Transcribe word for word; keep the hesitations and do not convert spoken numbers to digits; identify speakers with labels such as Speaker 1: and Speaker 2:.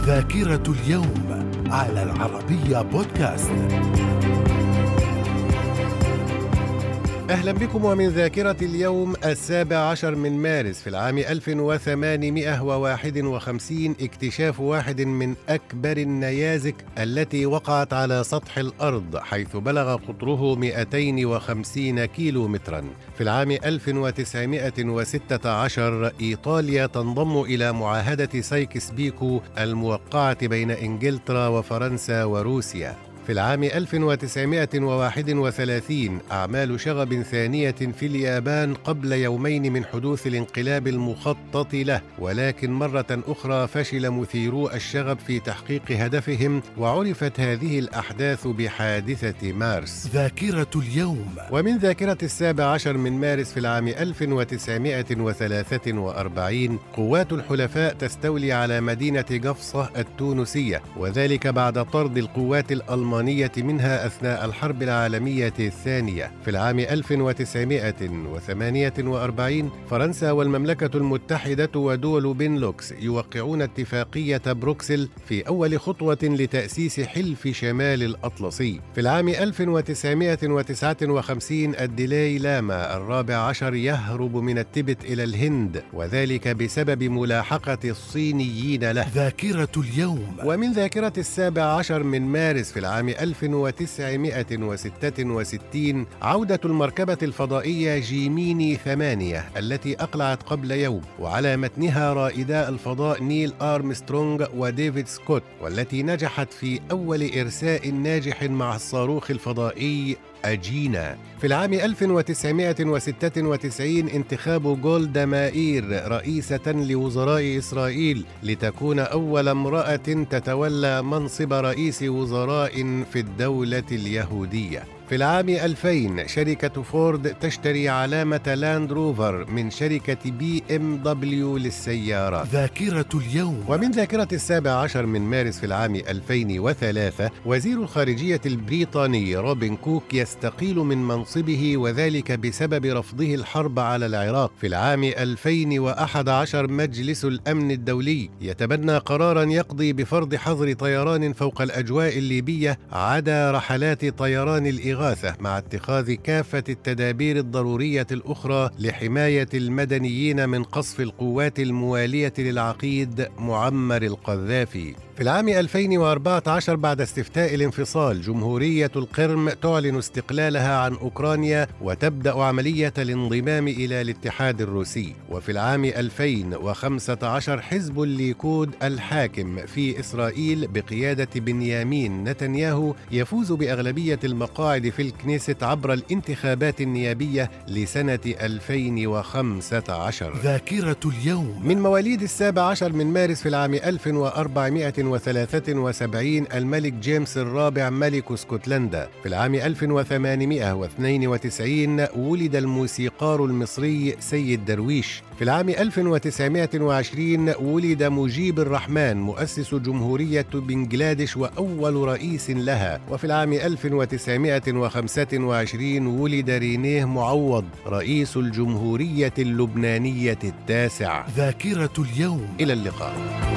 Speaker 1: ذاكرة اليوم على العربية بودكاست. أهلا بكم ومن ذاكرة اليوم. السابع عشر من مارس في العام ألف وثمانمائة وواحد وخمسين اكتشاف واحد من أكبر النيازك التي وقعت على سطح الأرض، حيث بلغ قطره مئتين وخمسين كيلو مترا. في العام ألف وتسعمائة وستة عشر إيطاليا تنضم إلى معاهدة سايكس بيكو الموقعة بين إنجلترا وفرنسا وروسيا. في العام ألف وتسعمائة وواحد وثلاثين أعمال شغب ثانية في اليابان قبل يومين من حدوث الانقلاب المخطط له، ولكن مرة أخرى فشل مثيرو الشغب في تحقيق هدفهم، وعرفت هذه الأحداث بحادثة مارس. ذاكرة اليوم. ومن ذاكرة السابع عشر من مارس في العام ألف وتسعمائة وثلاثة وأربعين قوات الحلفاء تستولي على مدينة قفصة التونسية، وذلك بعد طرد القوات الألمانية منها أثناء الحرب العالمية الثانية. في العام ألف وتسعمائة وثمانية وأربعين فرنسا والمملكة المتحدة ودول بنلوكس يوقعون اتفاقية بروكسل في أول خطوة لتأسيس حلف شمال الأطلسي. في العام ألف وتسعمائة وتسعة وخمسين الدلاي لاما الرابع عشر يهرب من التبت إلى الهند، وذلك بسبب ملاحقة الصينيين له. ذاكرة اليوم. ومن ذاكرة السابع عشر من مارس في العام ألف وتسعمائة وستة وستين عودة المركبة الفضائية جيميني ثمانية التي أقلعت قبل يوم، وعلى متنها رائدا الفضاء نيل آرمسترونغ وديفيد سكوت، والتي نجحت في أول إرساء ناجح مع الصاروخ الفضائي أجينا. في العام ألف وتسعمائة وستة وتسعين انتخاب جولدا مائير رئيسة لوزراء إسرائيل لتكون أول امرأة تتولى منصب رئيس وزراء في الدولة اليهودية. في العام ألفين شركة فورد تشتري علامة لاند روفر من شركة بي ام دبليو للسيارات. ذاكرة اليوم. ومن ذاكرة السابع عشر من مارس في العام ألفين وثلاثة وزير الخارجية البريطاني روبن كوك يستقيل من منصبه، وذلك بسبب رفضه الحرب على العراق. في العام ألفين وأحد عشر مجلس الأمن الدولي يتبنى قرارا يقضي بفرض حظر طيران فوق الأجواء الليبية عدا رحلات طيران الإغاثة، مع اتخاذ كافة التدابير الضرورية الأخرى لحماية المدنيين من قصف القوات الموالية للعقيد معمر القذافي. في العام ألفين وأربعة عشر بعد استفتاء الانفصال جمهورية القرم تعلن استقلالها عن أوكرانيا وتبدأ عملية الانضمام إلى الاتحاد الروسي. وفي العام ألفين وخمسة عشر حزب الليكود الحاكم في إسرائيل بقيادة بنيامين نتنياهو يفوز بأغلبية المقاعد في الكنيست عبر الانتخابات النيابية لسنة ألفين وخمسة عشر. ذاكرة اليوم. من مواليد السابع عشر من مارس في العام ألف وأربعمائة وثلاثة وسبعين الملك جيمس الرابع ملك اسكتلندا. في العام ألف وثمانمائة واثنين وتسعين ولد الموسيقار المصري سيد درويش. في العام ألف وتسعمائة وعشرين ولد مجيب الرحمن مؤسس جمهورية بنغلاديش وأول رئيس لها. وفي العام ألف وتسعمائة وخمسة وعشرين ولد رينيه معوض رئيس الجمهورية اللبنانية التاسع. ذاكرة اليوم. إلى اللقاء.